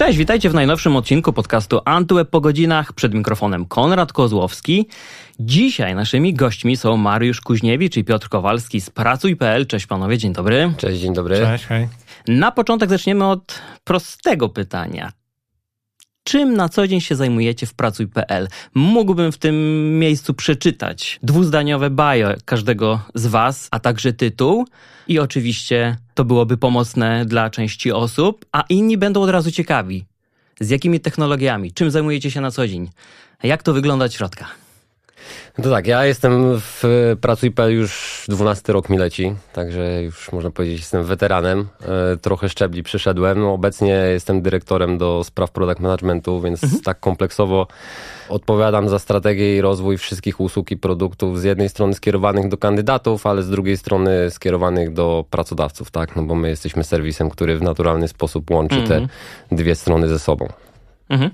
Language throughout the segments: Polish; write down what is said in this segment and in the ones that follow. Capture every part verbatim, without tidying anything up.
Cześć, witajcie w najnowszym odcinku podcastu Antyweb po godzinach. Przed mikrofonem Konrad Kozłowski. Dzisiaj naszymi gośćmi są Mariusz Kuźniewicz i Piotr Kowalski z Pracuj kropka pe el. Cześć panowie, dzień dobry. Cześć, dzień dobry. Cześć, hej. Na początek zaczniemy od prostego pytania. Czym na co dzień się zajmujecie w Pracuj kropka pe el? Mógłbym w tym miejscu przeczytać dwuzdaniowe bio każdego z was, a także tytuł. I oczywiście to byłoby pomocne dla części osób, a inni będą od razu ciekawi. Z jakimi technologiami? Czym zajmujecie się na co dzień? Jak to wygląda od środka? No to tak, ja jestem w Pracuj kropka pe el już dwunasty rok mi leci, także już można powiedzieć jestem weteranem. E, trochę szczebli przeszedłem. No, obecnie jestem dyrektorem do spraw product managementu, więc mhm. tak kompleksowo odpowiadam za strategię i rozwój wszystkich usług i produktów z jednej strony skierowanych do kandydatów, ale z drugiej strony skierowanych do pracodawców, tak? No bo my jesteśmy serwisem, który w naturalny sposób łączy mhm. te dwie strony ze sobą. Mhm.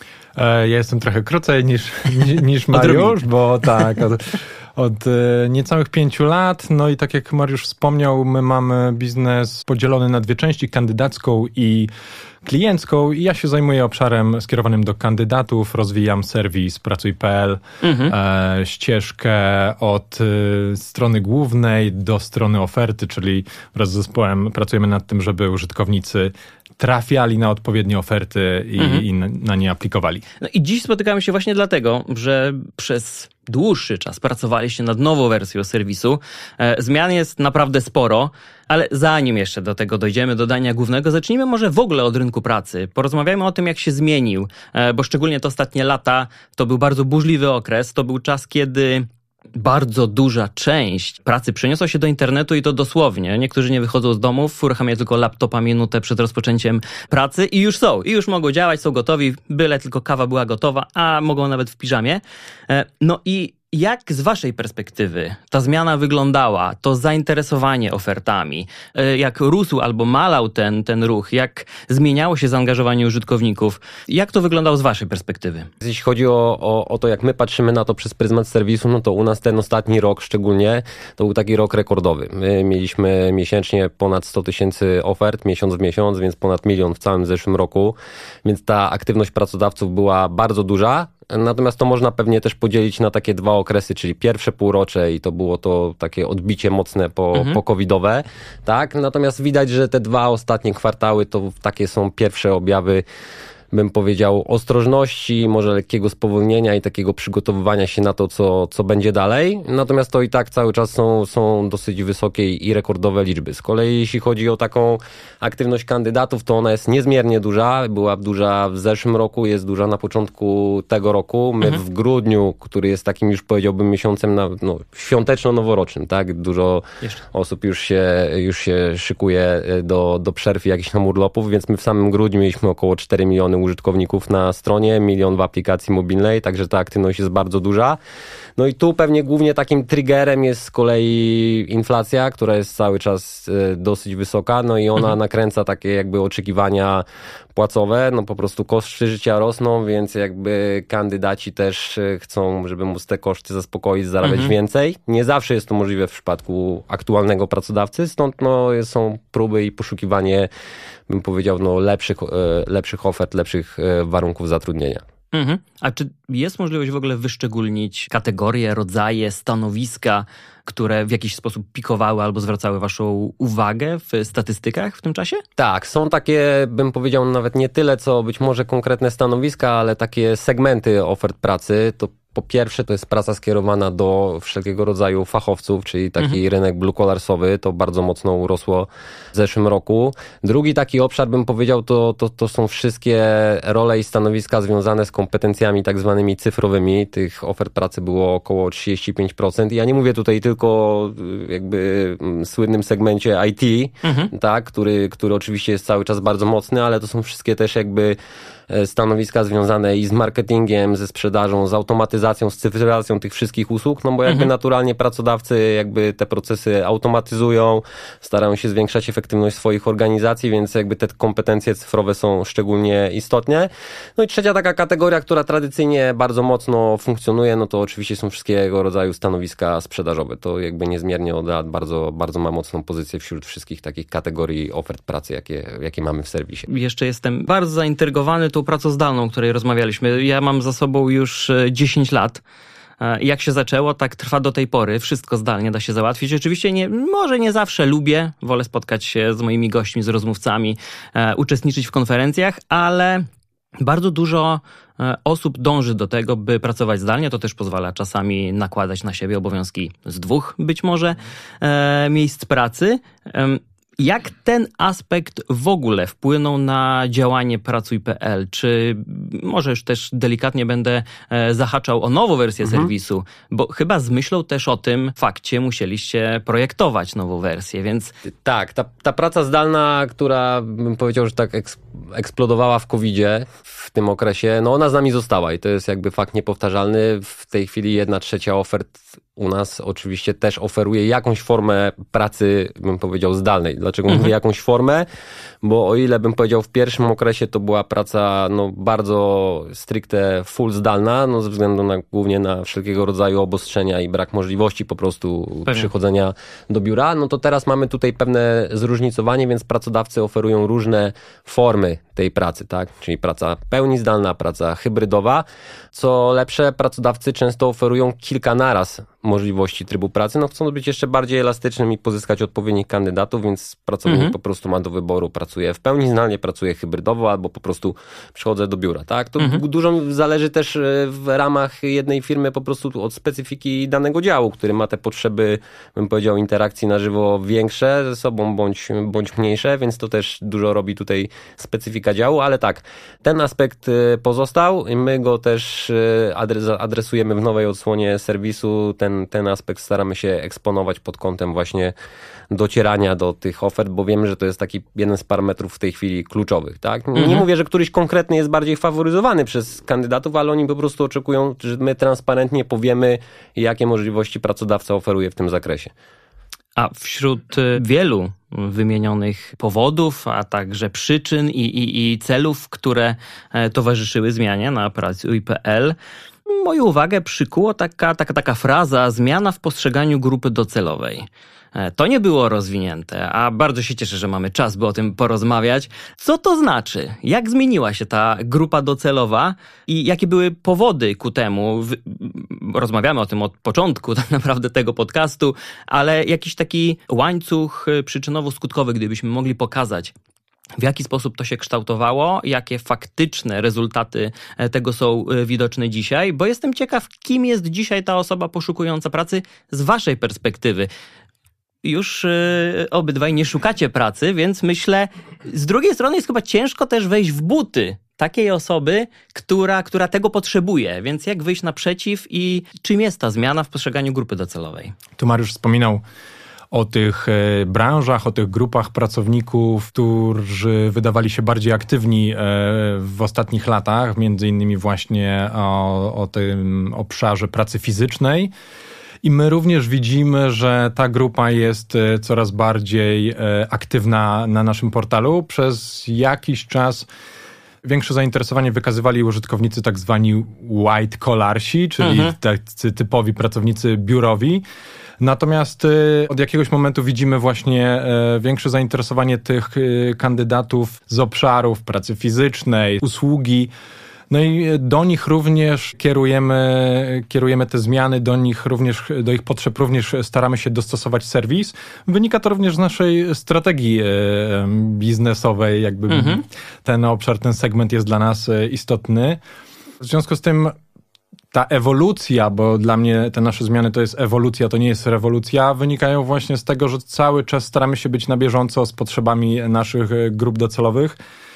Ja jestem trochę krócej niż, niż Mariusz, bo tak, od, od niecałych pięciu lat. No i tak jak Mariusz wspomniał, my mamy biznes podzielony na dwie części, kandydacką i kliencką. I ja się zajmuję obszarem skierowanym do kandydatów, rozwijam serwis Pracuj kropka pe el, mhm. e, ścieżkę od e, strony głównej do strony oferty, czyli wraz z zespołem pracujemy nad tym, żeby użytkownicy trafiali na odpowiednie oferty i, mhm. i na, na nie aplikowali. No i dziś spotykamy się właśnie dlatego, że przez dłuższy czas pracowaliście nad nową wersją serwisu. E, zmian jest naprawdę sporo, ale zanim jeszcze do tego dojdziemy, do dania głównego, zacznijmy może w ogóle od rynku pracy. Porozmawiajmy o tym, jak się zmienił, e, bo szczególnie te ostatnie lata to był bardzo burzliwy okres. To był czas, kiedy bardzo duża część pracy przeniosła się do internetu i to dosłownie. Niektórzy nie wychodzą z domów, uruchamiają tylko laptopa minutę przed rozpoczęciem pracy i już są. I już mogą działać, są gotowi, byle tylko kawa była gotowa, a mogą nawet w piżamie. No i jak z waszej perspektywy ta zmiana wyglądała, to zainteresowanie ofertami, jak rósł albo malał ten, ten ruch, jak zmieniało się zaangażowanie użytkowników, jak to wyglądało z waszej perspektywy? Jeśli chodzi o, o, o to, jak my patrzymy na to przez pryzmat serwisu, no to u nas ten ostatni rok szczególnie, to był taki rok rekordowy. My mieliśmy miesięcznie ponad sto tysięcy ofert, miesiąc w miesiąc, więc ponad milion w całym zeszłym roku, więc ta aktywność pracodawców była bardzo duża. Natomiast to można pewnie też podzielić na takie dwa okresy, czyli pierwsze półrocze i to było to takie odbicie mocne po, mhm. po covidowe, tak? Natomiast widać, że te dwa ostatnie kwartały to takie są pierwsze objawy, bym powiedział, ostrożności, może lekkiego spowolnienia i takiego przygotowywania się na to, co, co będzie dalej. Natomiast to i tak cały czas są, są dosyć wysokie i rekordowe liczby. Z kolei jeśli chodzi o taką aktywność kandydatów, to ona jest niezmiernie duża. Była duża w zeszłym roku, jest duża na początku tego roku. My mhm. w grudniu, który jest takim już powiedziałbym miesiącem na, no, świąteczno-noworocznym, tak? Dużo Jeszcze. osób już się, już się szykuje do, do przerw i jakichś tam urlopów, więc my w samym grudniu mieliśmy około cztery miliony użytkowników na stronie, milion w aplikacji mobilnej, także ta aktywność jest bardzo duża. No i tu pewnie głównie takim triggerem jest z kolei inflacja, która jest cały czas dosyć wysoka, no i ona mhm. nakręca takie jakby oczekiwania płacowe, no po prostu koszty życia rosną, więc jakby kandydaci też chcą, żeby móc te koszty zaspokoić, zarabiać mhm. więcej. Nie zawsze jest to możliwe w przypadku aktualnego pracodawcy, stąd no są próby i poszukiwanie, bym powiedział, no lepszych, lepszych ofert, lepszych warunków zatrudnienia. Mhm. A czy jest możliwość w ogóle wyszczególnić kategorie, rodzaje, stanowiska, które w jakiś sposób pikowały albo zwracały waszą uwagę w statystykach w tym czasie? Tak, są takie, bym powiedział, nawet nie tyle, co być może konkretne stanowiska, ale takie segmenty ofert pracy. To po pierwsze to jest praca skierowana do wszelkiego rodzaju fachowców, czyli taki mhm. rynek blue-collarsowy, to bardzo mocno urosło w zeszłym roku. Drugi taki obszar, bym powiedział, to, to, to są wszystkie role i stanowiska związane z kompetencjami tak zwanymi cyfrowymi. Tych ofert pracy było około trzydzieści pięć procent. I ja nie mówię tutaj tylko o jakby słynnym segmencie I T, mhm. tak, który, który oczywiście jest cały czas bardzo mocny, ale to są wszystkie też jakby stanowiska związane i z marketingiem, ze sprzedażą, z automatyzacją, z cyfryzacją tych wszystkich usług, no bo jakby mhm. naturalnie pracodawcy jakby te procesy automatyzują, starają się zwiększać efektywność swoich organizacji, więc jakby te kompetencje cyfrowe są szczególnie istotne. No i trzecia taka kategoria, która tradycyjnie bardzo mocno funkcjonuje, no to oczywiście są wszystkiego rodzaju stanowiska sprzedażowe. To jakby niezmiernie od lat bardzo, bardzo ma mocną pozycję wśród wszystkich takich kategorii ofert pracy, jakie, jakie mamy w serwisie. Jeszcze jestem bardzo zaintrygowany tą pracą zdalną, o której rozmawialiśmy. Ja mam za sobą już dziesięć lat. Jak się zaczęło, tak trwa do tej pory. Wszystko zdalnie da się załatwić. Oczywiście nie, może nie zawsze lubię. Wolę spotkać się z moimi gośćmi, z rozmówcami, e, uczestniczyć w konferencjach, ale bardzo dużo osób dąży do tego, by pracować zdalnie. To też pozwala czasami nakładać na siebie obowiązki z dwóch być może e, miejsc pracy. E, Jak ten aspekt w ogóle wpłynął na działanie pracuj kropka p l? Czy może już też delikatnie będę zahaczał o nową wersję mhm. serwisu, bo chyba z myślą też o tym fakcie musieliście projektować nową wersję, więc... Tak, ta, ta praca zdalna, która bym powiedział, że tak eks, eksplodowała w kowidzie w tym okresie, no ona z nami została i to jest jakby fakt niepowtarzalny. W tej chwili jedna trzecia ofert u nas oczywiście też oferuje jakąś formę pracy, bym powiedział, zdalnej. Dlaczego mhm. mówię jakąś formę? Bo o ile bym powiedział w pierwszym okresie to była praca no, bardzo stricte full zdalna, no, ze względu na, głównie na wszelkiego rodzaju obostrzenia i brak możliwości po prostu Pewnie. przychodzenia do biura, no to teraz mamy tutaj pewne zróżnicowanie, więc pracodawcy oferują różne formy tej pracy, tak? Czyli praca pełni zdalna, praca hybrydowa. Co lepsze, pracodawcy często oferują kilka naraz możliwości trybu pracy, no chcą być jeszcze bardziej elastycznym i pozyskać odpowiednich kandydatów, więc pracownik mhm. po prostu ma do wyboru, pracuje w pełni zdalnie, pracuje hybrydowo albo po prostu przychodzę do biura, tak? To mhm. dużo zależy też w ramach jednej firmy po prostu od specyfiki danego działu, który ma te potrzeby, bym powiedział, interakcji na żywo większe ze sobą bądź, bądź mniejsze, więc to też dużo robi tutaj specyfika działu, ale tak, ten aspekt pozostał i my go też adresujemy w nowej odsłonie serwisu. Ten, ten aspekt staramy się eksponować pod kątem właśnie docierania do tych ofert, bo wiemy, że to jest taki jeden z parametrów w tej chwili kluczowych, tak? Nie mhm. mówię, że któryś konkretny jest bardziej faworyzowany przez kandydatów, ale oni po prostu oczekują, że my transparentnie powiemy, jakie możliwości pracodawca oferuje w tym zakresie. A wśród wielu wymienionych powodów, a także przyczyn i, i, i celów, które towarzyszyły zmianie na pracuj kropka p l, moją uwagę przykuło taka, taka, taka fraza zmiana w postrzeganiu grupy docelowej. To nie było rozwinięte, a bardzo się cieszę, że mamy czas, by o tym porozmawiać. Co to znaczy? Jak zmieniła się ta grupa docelowa i jakie były powody ku temu? Rozmawiamy o tym od początku tak naprawdę tego podcastu, ale jakiś taki łańcuch przyczynowo-skutkowy, gdybyśmy mogli pokazać, w jaki sposób to się kształtowało, jakie faktyczne rezultaty tego są widoczne dzisiaj, bo jestem ciekaw, kim jest dzisiaj ta osoba poszukująca pracy z waszej perspektywy. Już yy, obydwaj nie szukacie pracy, więc myślę, z drugiej strony jest chyba ciężko też wejść w buty takiej osoby, która, która tego potrzebuje, więc jak wyjść naprzeciw i czym jest ta zmiana w postrzeganiu grupy docelowej? Tu Mariusz wspominał o tych branżach, o tych grupach pracowników, którzy wydawali się bardziej aktywni w ostatnich latach, między innymi właśnie o, o tym obszarze pracy fizycznej. I my również widzimy, że ta grupa jest coraz bardziej aktywna na naszym portalu. Przez jakiś czas większe zainteresowanie wykazywali użytkownicy tak zwani white collarsi, czyli mhm. tacy typowi pracownicy biurowi. Natomiast od jakiegoś momentu widzimy właśnie większe zainteresowanie tych kandydatów z obszarów pracy fizycznej, usługi. No i do nich również kierujemy, kierujemy te zmiany, do nich również, do ich potrzeb również staramy się dostosować serwis. Wynika to również z naszej strategii biznesowej, jakby mhm. ten obszar, ten segment jest dla nas istotny. W związku z tym ta ewolucja, bo dla mnie te nasze zmiany to jest ewolucja, to nie jest rewolucja, wynikają właśnie z tego, że cały czas staramy się być na bieżąco z potrzebami naszych grup docelowych.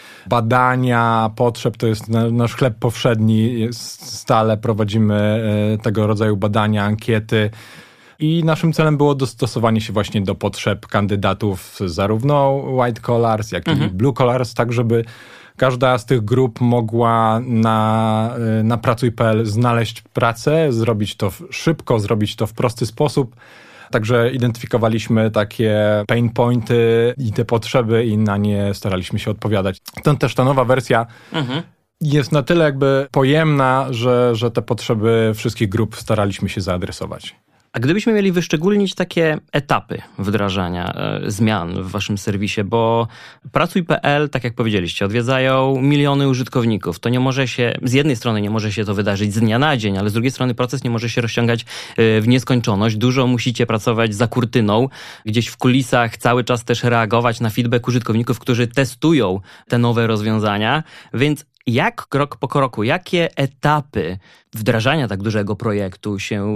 Badania potrzeb to jest nasz chleb powszedni, stale prowadzimy tego rodzaju badania, ankiety i naszym celem było dostosowanie się właśnie do potrzeb kandydatów zarówno white collars, jak i mhm. blue collars, tak żeby każda z tych grup mogła na, na pracuj kropka p l znaleźć pracę, zrobić to szybko, zrobić to w prosty sposób. Także identyfikowaliśmy takie pain pointy i te potrzeby i na nie staraliśmy się odpowiadać. Stąd też ta nowa wersja mhm. jest na tyle jakby pojemna, że, że te potrzeby wszystkich grup staraliśmy się zaadresować. A gdybyśmy mieli wyszczególnić takie etapy wdrażania e, zmian w waszym serwisie, bo pracuj kropka p l, tak jak powiedzieliście, odwiedzają miliony użytkowników. To nie może się, z jednej strony nie może się to wydarzyć z dnia na dzień, ale z drugiej strony proces nie może się rozciągać e, w nieskończoność. Dużo musicie pracować za kurtyną, gdzieś w kulisach, cały czas też reagować na feedback użytkowników, którzy testują te nowe rozwiązania, więc jak krok po kroku, jakie etapy wdrażania tak dużego projektu się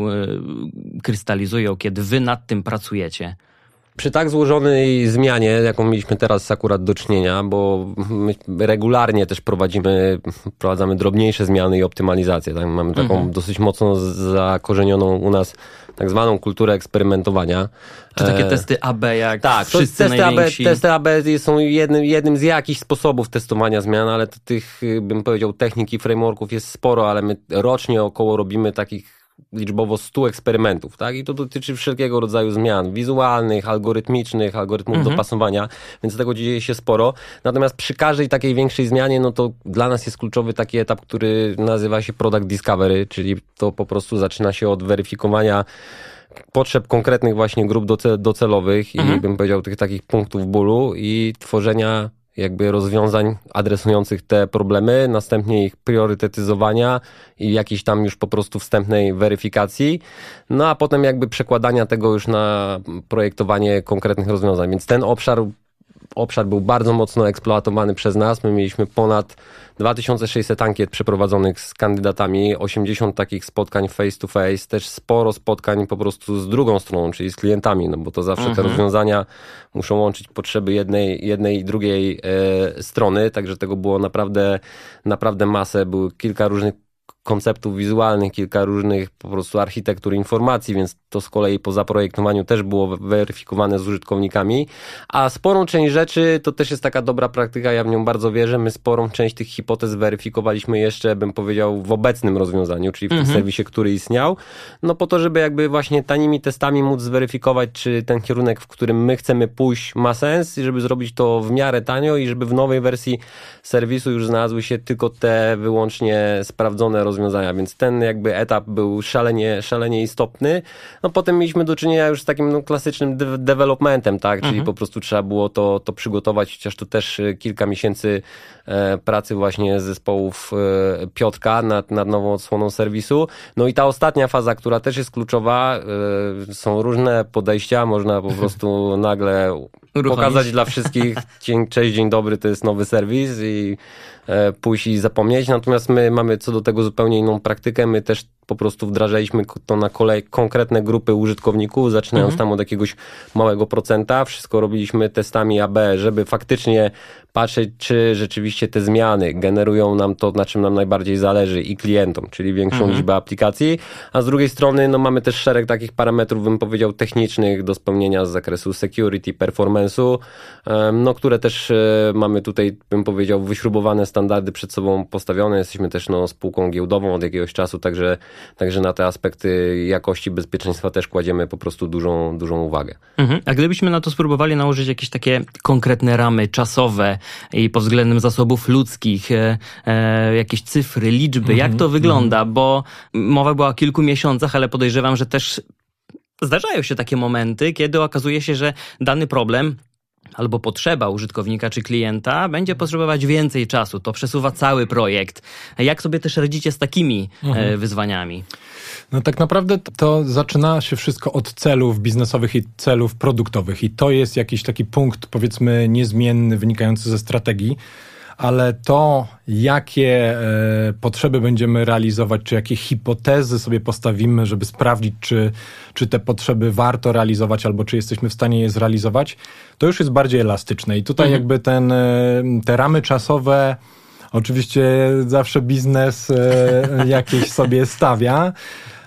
y, krystalizują, kiedy wy nad tym pracujecie? Przy tak złożonej zmianie, jaką mieliśmy teraz akurat do czynienia, bo my regularnie też prowadzimy, prowadzamy drobniejsze zmiany i optymalizacje. Tak? Mamy taką mhm. dosyć mocno zakorzenioną u nas tak zwaną kulturę eksperymentowania. Czy takie e... testy A B jak tak, wszyscy testy najwięksi? A B, testy A B są jednym, jednym z jakichś sposobów testowania zmian, ale to tych, bym powiedział, technik i frameworków jest sporo, ale my rocznie około robimy takich liczbowo stu eksperymentów, tak? I to dotyczy wszelkiego rodzaju zmian wizualnych, algorytmicznych, algorytmów mhm. dopasowania, więc tego dzieje się sporo. Natomiast przy każdej takiej większej zmianie, no to dla nas jest kluczowy taki etap, który nazywa się Product Discovery, czyli to po prostu zaczyna się od weryfikowania potrzeb konkretnych właśnie grup docelowych mhm. i bym powiedział tych takich punktów bólu i tworzenia jakby rozwiązań adresujących te problemy, następnie ich priorytetyzowania i jakiejś tam już po prostu wstępnej weryfikacji, no a potem jakby przekładania tego już na projektowanie konkretnych rozwiązań. Więc ten obszar, obszar był bardzo mocno eksploatowany przez nas. My mieliśmy ponad dwa tysiące sześćset ankiet przeprowadzonych z kandydatami, osiemdziesiąt takich spotkań face to face, też sporo spotkań po prostu z drugą stroną, czyli z klientami, no bo to zawsze mhm. te rozwiązania muszą łączyć potrzeby jednej, jednej i drugiej e, strony, także tego było naprawdę, naprawdę masę, były kilka różnych konceptów wizualnych, kilka różnych po prostu architektur informacji, więc to z kolei po zaprojektowaniu też było weryfikowane z użytkownikami, a sporą część rzeczy, to też jest taka dobra praktyka, ja w nią bardzo wierzę, my sporą część tych hipotez weryfikowaliśmy jeszcze, bym powiedział, w obecnym rozwiązaniu, czyli w tym mhm. serwisie, który istniał, no po to, żeby jakby właśnie tanimi testami móc zweryfikować, czy ten kierunek, w którym my chcemy pójść, ma sens i żeby zrobić to w miarę tanio i żeby w nowej wersji serwisu już znalazły się tylko te wyłącznie sprawdzone rozwiązania, więc ten jakby etap był szalenie, szalenie istotny. No potem mieliśmy do czynienia już z takim no, klasycznym de- developmentem, tak, czyli mhm. po prostu trzeba było to, to przygotować, chociaż to też kilka miesięcy e, pracy właśnie zespołów e, Piotrka nad, nad nową odsłoną serwisu. No i ta ostatnia faza, która też jest kluczowa, e, są różne podejścia, można po prostu nagle uruchomić. Pokazać dla wszystkich, dzień, cześć, dzień dobry, to jest nowy serwis i e, pójść i zapomnieć, natomiast my mamy co do tego zupełnie inną praktykę, my też po prostu wdrażaliśmy to na kolej konkretne grupy użytkowników, zaczynając mhm. tam od jakiegoś małego procenta. Wszystko robiliśmy testami A B, żeby faktycznie patrzeć, czy rzeczywiście te zmiany generują nam to, na czym nam najbardziej zależy i klientom, czyli większą mhm. liczbę aplikacji, a z drugiej strony no, mamy też szereg takich parametrów, bym powiedział, technicznych do spełnienia z zakresu security, performance'u, no, które też mamy tutaj, bym powiedział, wyśrubowane standardy przed sobą postawione. Jesteśmy też no, spółką giełdową od jakiegoś czasu, także Także na te aspekty jakości bezpieczeństwa też kładziemy po prostu dużą, dużą uwagę. Mhm. A gdybyśmy na to spróbowali nałożyć jakieś takie konkretne ramy czasowe i pod względem zasobów ludzkich, e, e, jakieś cyfry, liczby, mhm. jak to wygląda? Mhm. Bo mowa była o kilku miesiącach, ale podejrzewam, że też zdarzają się takie momenty, kiedy okazuje się, że dany problem albo potrzeba użytkownika czy klienta będzie potrzebować więcej czasu. To przesuwa cały projekt. Jak sobie też radzicie z takimi mhm. wyzwaniami? No tak naprawdę to zaczyna się wszystko od celów biznesowych i celów produktowych i to jest jakiś taki punkt, powiedzmy, niezmienny, wynikający ze strategii, ale to, jakie e, potrzeby będziemy realizować, czy jakie hipotezy sobie postawimy, żeby sprawdzić, czy, czy te potrzeby warto realizować, albo czy jesteśmy w stanie je zrealizować, to już jest bardziej elastyczne. I tutaj mhm. jakby ten, te ramy czasowe, oczywiście zawsze biznes e, jakieś sobie stawia.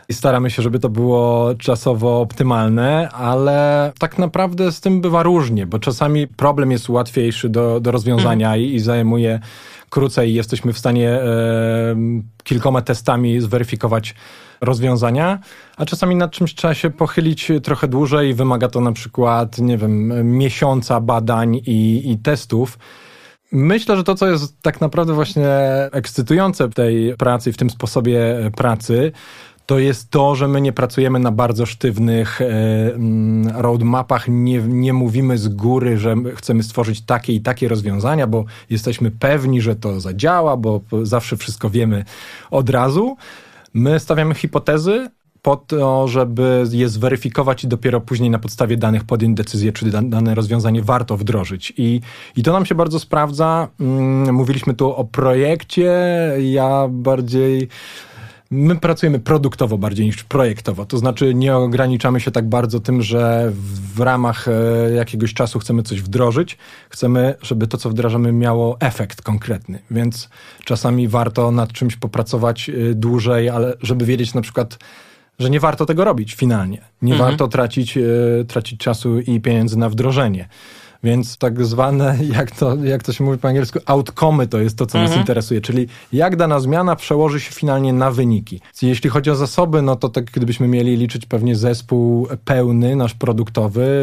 i staramy się, żeby to było czasowo optymalne, ale tak naprawdę z tym bywa różnie, bo czasami problem jest łatwiejszy do, do rozwiązania mm. i, i zajmuje krócej i jesteśmy w stanie e, kilkoma testami zweryfikować rozwiązania, a czasami nad czymś trzeba się pochylić trochę dłużej i wymaga to na przykład, nie wiem, miesiąca badań i, i testów. Myślę, że to, co jest tak naprawdę właśnie ekscytujące w tej pracy, w tym sposobie pracy, to jest to, że my nie pracujemy na bardzo sztywnych e, roadmapach, nie, nie mówimy z góry, że chcemy stworzyć takie i takie rozwiązania, bo jesteśmy pewni, że to zadziała, bo zawsze wszystko wiemy od razu. My stawiamy hipotezy po to, żeby je zweryfikować i dopiero później na podstawie danych podjąć decyzję, czy dane rozwiązanie warto wdrożyć. I, i to nam się bardzo sprawdza. Mówiliśmy tu o projekcie, ja bardziej... My pracujemy produktowo bardziej niż projektowo, to znaczy nie ograniczamy się tak bardzo tym, że w ramach jakiegoś czasu chcemy coś wdrożyć, chcemy, żeby to, co wdrażamy, miało efekt konkretny, więc czasami warto nad czymś popracować dłużej, ale żeby wiedzieć na przykład, że nie warto tego robić finalnie, nie mhm. warto tracić, tracić czasu i pieniędzy na wdrożenie. Więc tak zwane, jak to, jak to się mówi po angielsku, outcome'y to jest to, co mhm. nas interesuje, czyli jak dana zmiana przełoży się finalnie na wyniki. Jeśli chodzi o zasoby, no to tak gdybyśmy mieli liczyć pewnie zespół pełny, nasz produktowy,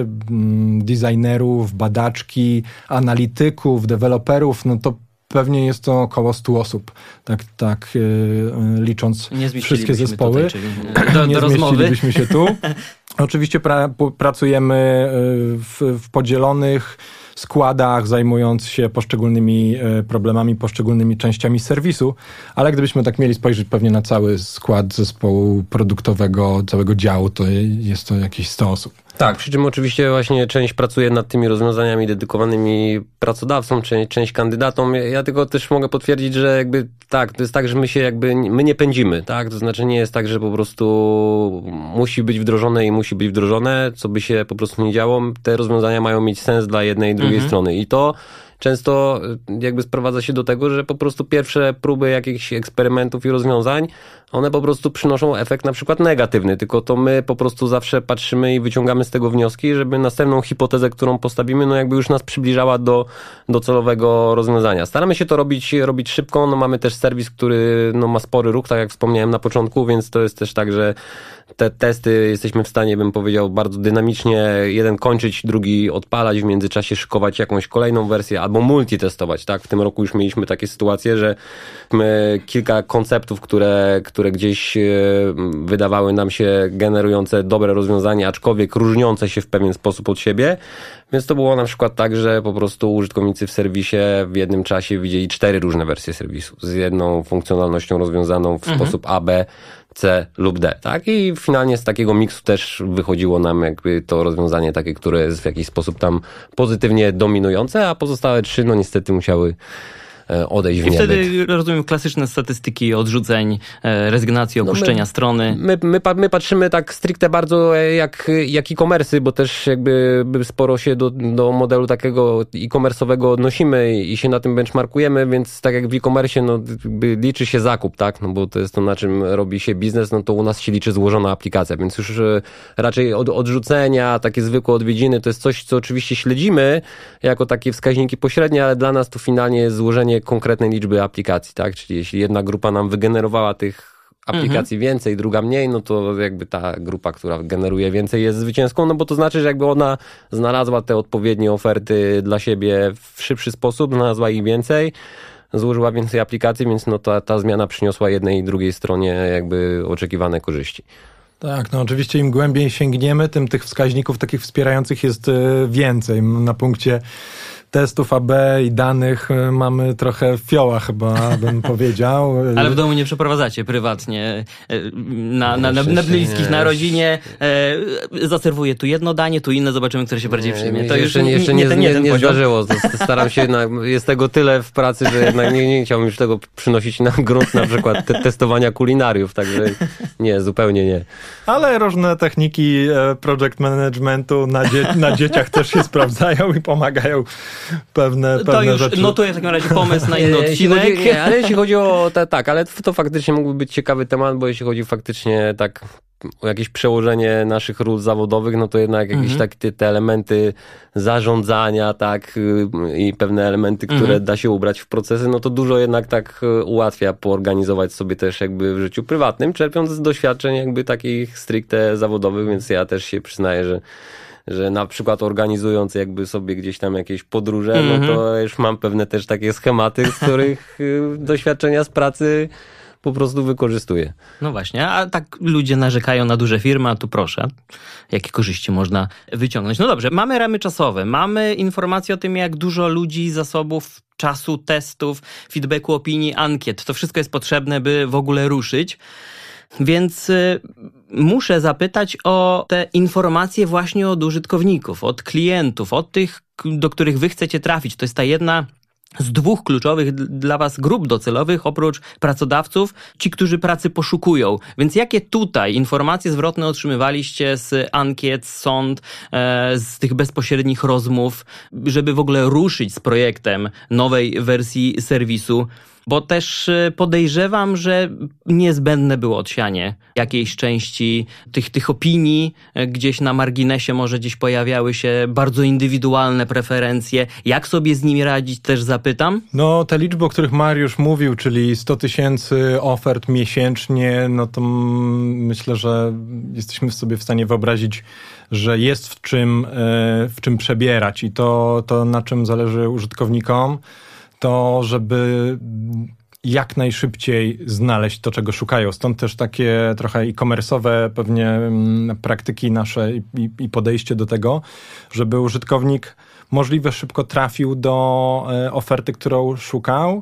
designerów, badaczki, analityków, deweloperów, no to pewnie jest to około stu osób, tak, tak yy, licząc wszystkie zespoły. Tutaj, czyli do, nie do zmieścilibyśmy się tu. Oczywiście pra, pracujemy w, w podzielonych składach, zajmując się poszczególnymi problemami, poszczególnymi częściami serwisu, ale gdybyśmy tak mieli spojrzeć pewnie na cały skład zespołu produktowego, całego działu, to jest to jakieś sto osób. Tak, przy czym oczywiście właśnie część pracuje nad tymi rozwiązaniami dedykowanymi pracodawcom, część, część kandydatom. Ja tylko też mogę potwierdzić, że jakby tak, to jest tak, że my się jakby, my nie pędzimy, tak? To znaczy nie jest tak, że po prostu musi być wdrożone i musi być wdrożone, co by się po prostu nie działo. Te rozwiązania mają mieć sens dla jednej i drugiej mhm. strony i to często jakby sprowadza się do tego, że po prostu pierwsze próby jakichś eksperymentów i rozwiązań, one po prostu przynoszą efekt na przykład negatywny, tylko to my po prostu zawsze patrzymy i wyciągamy z tego wnioski, żeby następną hipotezę, którą postawimy, no jakby już nas przybliżała do, do celowego rozwiązania. Staramy się to robić, robić szybko, no mamy też serwis, który no ma spory ruch, tak jak wspomniałem na początku, więc to jest też tak, że te testy jesteśmy w stanie, bym powiedział, bardzo dynamicznie jeden kończyć, drugi odpalać, w międzyczasie szykować jakąś kolejną wersję albo multitestować, tak? W tym roku już mieliśmy takie sytuacje, że my kilka konceptów, które, które gdzieś wydawały nam się generujące dobre rozwiązania, aczkolwiek różniące się w pewien sposób od siebie, więc to było na przykład tak, że po prostu użytkownicy w serwisie w jednym czasie widzieli cztery różne wersje serwisu z jedną funkcjonalnością rozwiązaną w mhm. sposób A, B, C lub D, tak? I finalnie z takiego miksu też wychodziło nam jakby to rozwiązanie takie, które jest w jakiś sposób tam pozytywnie dominujące, a pozostałe trzy no niestety musiały odejść w niebyt. I wtedy, rozumiem, klasyczne statystyki odrzuceń, rezygnacji, opuszczenia no my, strony. My, my, my patrzymy tak stricte bardzo jak, jak e-commerce, bo też jakby sporo się do, do modelu takiego e-commerce'owego odnosimy i się na tym benchmarkujemy, więc tak jak w e-commerce no, liczy się zakup, tak? No bo to jest to, na czym robi się biznes, no to u nas się liczy złożona aplikacja, więc już raczej od, odrzucenia, takie zwykłe odwiedziny, to jest coś, co oczywiście śledzimy jako takie wskaźniki pośrednie, ale dla nas to finalnie jest złożenie konkretnej liczby aplikacji, tak? Czyli jeśli jedna grupa nam wygenerowała tych aplikacji mhm. więcej, druga mniej, no to jakby ta grupa, która generuje więcej jest zwycięską, no bo to znaczy, że jakby ona znalazła te odpowiednie oferty dla siebie w szybszy sposób, znalazła ich więcej, złożyła więcej aplikacji, więc no ta, ta zmiana przyniosła jednej i drugiej stronie jakby oczekiwane korzyści. Tak, no oczywiście im głębiej sięgniemy, tym tych wskaźników takich wspierających jest więcej. Na punkcie testów A B i danych mamy trochę fioła chyba, bym powiedział. Ale w domu nie przeprowadzacie prywatnie na, na, na, na bliskich, na rodzinie. E, zaserwuję tu jedno danie, tu inne, zobaczymy, które się bardziej przyjmie. To jeszcze już jeszcze nie, nie, nie, nie, nie zdarzyło. Staram się, na, jest tego tyle w pracy, że jednak nie, nie chciałbym już tego przynosić na grunt na przykład te, testowania kulinariów, także nie, zupełnie nie. Ale różne techniki project managementu na, dzie- na dzieciach też się sprawdzają i pomagają pewne, pewne to już rzeczy. notuję w takim razie pomysł na inny odcinek. Chodzi, nie, ale jeśli chodzi o te, tak, ale to faktycznie mógłby być ciekawy temat, bo jeśli chodzi faktycznie tak o jakieś przełożenie naszych ról zawodowych, no to jednak jakieś mhm. tak te, te elementy zarządzania, tak, i pewne elementy, które mhm. da się ubrać w procesy, no to dużo jednak tak ułatwia poorganizować sobie też jakby w życiu prywatnym, czerpiąc z doświadczeń jakby takich stricte zawodowych, więc ja też się przyznaję, że że na przykład organizując jakby sobie gdzieś tam jakieś podróże, mm-hmm. no to już mam pewne też takie schematy, z których doświadczenia z pracy po prostu wykorzystuję. No właśnie, a tak ludzie narzekają na duże firmy, a tu proszę, jakie korzyści można wyciągnąć. No dobrze, mamy ramy czasowe, mamy informacje o tym, jak dużo ludzi, zasobów, czasu, testów, feedbacku, opinii, ankiet. To wszystko jest potrzebne, by w ogóle ruszyć. Więc y, muszę zapytać o te informacje właśnie od użytkowników, od klientów, od tych, do których wy chcecie trafić. To jest ta jedna z dwóch kluczowych dla was grup docelowych, oprócz pracodawców, ci, którzy pracy poszukują. Więc jakie tutaj informacje zwrotne otrzymywaliście z ankiet, z sąd, e, z tych bezpośrednich rozmów, żeby w ogóle ruszyć z projektem nowej wersji serwisu? Bo też podejrzewam, że niezbędne było odsianie jakiejś części tych, tych opinii. Gdzieś na marginesie może gdzieś pojawiały się bardzo indywidualne preferencje. Jak sobie z nimi radzić, też zapytam. No te liczby, o których Mariusz mówił, czyli sto tysięcy ofert miesięcznie, no to myślę, że jesteśmy sobie w stanie wyobrazić, że jest w czym, w czym przebierać i to, to na czym zależy użytkownikom, to żeby jak najszybciej znaleźć to, czego szukają. Stąd też takie trochę e-commerce'owe pewnie praktyki nasze i, i podejście do tego, żeby użytkownik możliwie szybko trafił do oferty, którą szukał.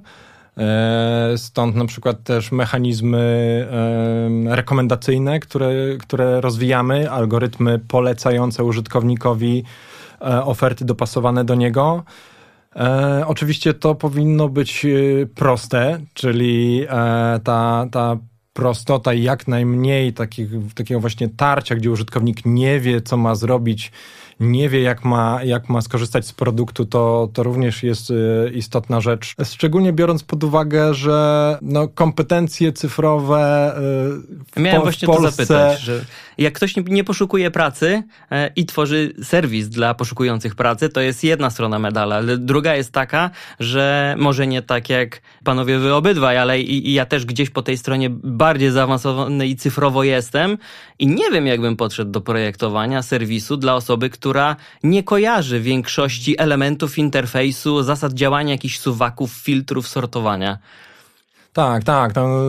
Stąd na przykład też mechanizmy rekomendacyjne, które, które rozwijamy, algorytmy polecające użytkownikowi oferty dopasowane do niego. E, oczywiście to powinno być proste, czyli e, ta, ta prostota i jak najmniej takich, takiego właśnie tarcia, gdzie użytkownik nie wie, co ma zrobić, nie wie, jak ma, jak ma skorzystać z produktu, to, to również jest y, istotna rzecz. Szczególnie biorąc pod uwagę, że no, kompetencje cyfrowe y, w, Miałem po, właśnie w Polsce... to zapytać, że jak ktoś nie, nie poszukuje pracy e, i tworzy serwis dla poszukujących pracy, to jest jedna strona medala, ale druga jest taka, że może nie tak jak panowie wy obydwaj, ale i, i ja też gdzieś po tej stronie bardziej zaawansowany i cyfrowo jestem i nie wiem, jakbym podszedł do projektowania serwisu dla osoby, która nie kojarzy większości elementów interfejsu, zasad działania jakichś suwaków, filtrów, sortowania. Tak, tak.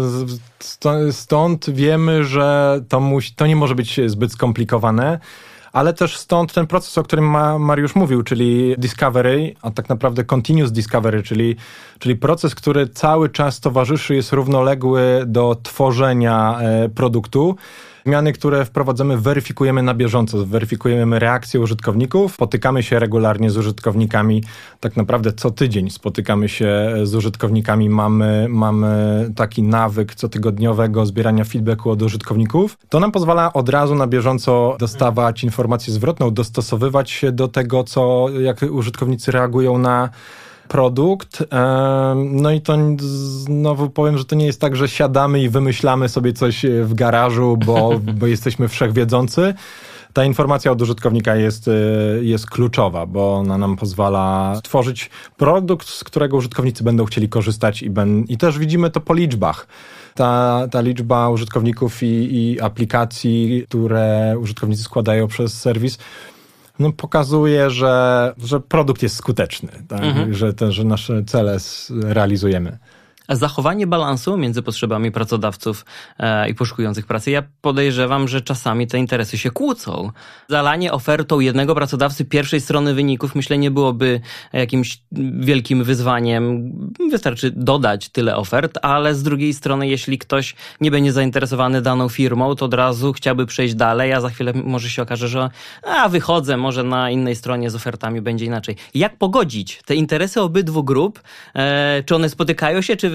Stąd wiemy, że to, musi, to nie może być zbyt skomplikowane, ale też stąd ten proces, o którym ma Mariusz mówił, czyli discovery, a tak naprawdę continuous discovery, czyli, czyli proces, który cały czas towarzyszy, jest równoległy do tworzenia produktu. Zmiany, które wprowadzamy, weryfikujemy na bieżąco, weryfikujemy reakcje użytkowników, spotykamy się regularnie z użytkownikami, tak naprawdę co tydzień spotykamy się z użytkownikami, mamy, mamy taki nawyk cotygodniowego zbierania feedbacku od użytkowników. To nam pozwala od razu na bieżąco dostawać informację zwrotną, dostosowywać się do tego, co, jak użytkownicy reagują na produkt. No i to znowu powiem, że to nie jest tak, że siadamy i wymyślamy sobie coś w garażu, bo, bo jesteśmy wszechwiedzący. Ta informacja od użytkownika jest, jest kluczowa, bo ona nam pozwala stworzyć produkt, z którego użytkownicy będą chcieli korzystać i, ben, i też widzimy to po liczbach. Ta, ta liczba użytkowników i, i aplikacji, które użytkownicy składają przez serwis, no pokazuje, że, że produkt jest skuteczny, tak? mhm. że, te, że nasze cele realizujemy. A zachowanie balansu między potrzebami pracodawców e, i poszukujących pracy, ja podejrzewam, że czasami te interesy się kłócą. Zalanie ofertą jednego pracodawcy pierwszej strony wyników, myślę, nie byłoby jakimś wielkim wyzwaniem. Wystarczy dodać tyle ofert, ale z drugiej strony, jeśli ktoś nie będzie zainteresowany daną firmą, to od razu chciałby przejść dalej, a za chwilę może się okaże, że a wychodzę, może na innej stronie z ofertami będzie inaczej. Jak pogodzić te interesy obydwu grup? E, czy one spotykają się, czy wy